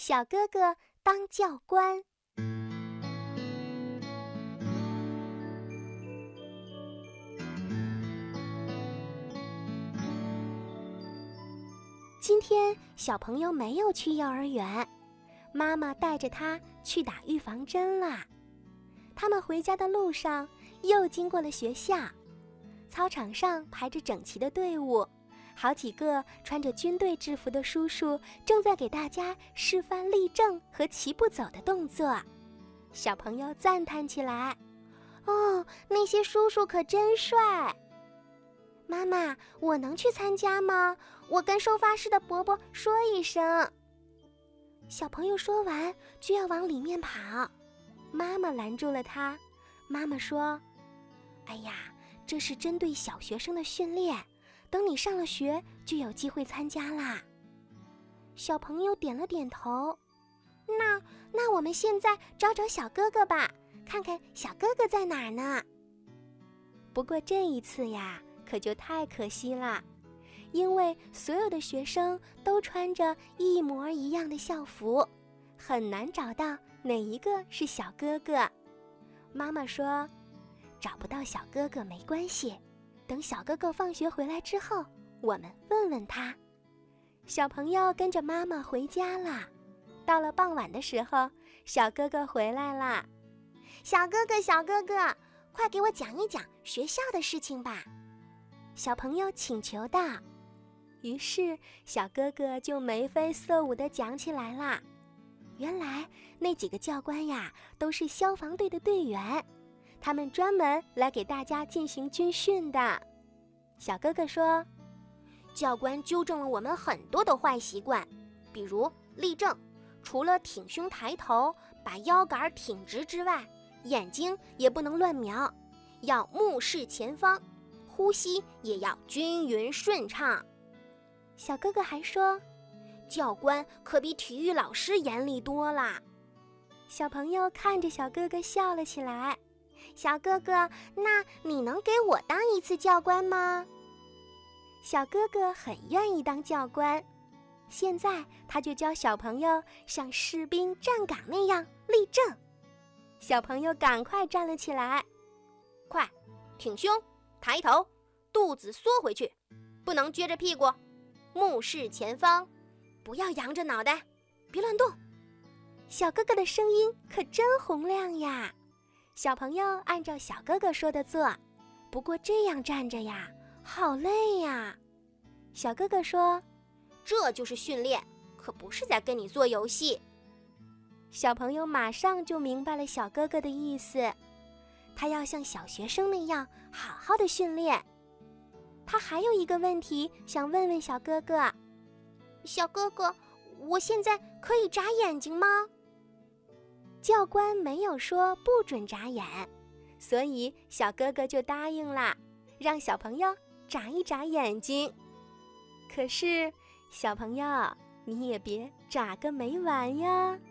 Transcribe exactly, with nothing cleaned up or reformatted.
小哥哥当教官。今天小朋友没有去幼儿园，妈妈带着他去打预防针啦。他们回家的路上又经过了学校，操场上排着整齐的队伍，好几个穿着军队制服的叔叔正在给大家示范立正和齐步走的动作。小朋友赞叹起来：哦，那些叔叔可真帅！妈妈，我能去参加吗？我跟收发室的伯伯说一声。小朋友说完就要往里面跑，妈妈拦住了他。妈妈说：哎呀，这是针对小学生的训练，等你上了学就有机会参加啦。小朋友点了点头。那那我们现在找找小哥哥吧，看看小哥哥在哪儿呢。不过这一次呀，可就太可惜啦，因为所有的学生都穿着一模一样的校服，很难找到哪一个是小哥哥。妈妈说，找不到小哥哥没关系，等小哥哥放学回来之后，我们问问他。小朋友跟着妈妈回家啦。到了傍晚的时候，小哥哥回来啦。小哥哥，小哥哥，快给我讲一讲学校的事情吧。小朋友请求道。于是小哥哥就眉飞色舞地讲起来啦。原来那几个教官呀，都是消防队的队员，他们专门来给大家进行军训的。小哥哥说，教官纠正了我们很多的坏习惯，比如立正，除了挺胸抬头，把腰杆挺直之外，眼睛也不能乱瞄，要目视前方，呼吸也要均匀顺畅。小哥哥还说，教官可比体育老师严厉多啦。小朋友看着小哥哥笑了起来。小哥哥，那你能给我当一次教官吗？小哥哥很愿意当教官，现在他就教小朋友像士兵站岗那样立正。小朋友赶快站了起来，快，挺胸，抬头，肚子缩回去，不能撅着屁股，目视前方，不要扬着脑袋，别乱动。小哥哥的声音可真洪亮呀！小朋友按照小哥哥说的做，不过这样站着呀，好累呀。小哥哥说，这就是训练，可不是在跟你做游戏。小朋友马上就明白了小哥哥的意思，他要像小学生那样好好的训练。他还有一个问题想问问小哥哥，小哥哥，我现在可以眨眼睛吗？教官没有说不准眨眼，所以小哥哥就答应了，让小朋友眨一眨眼睛。可是小朋友，你也别眨个没完呀。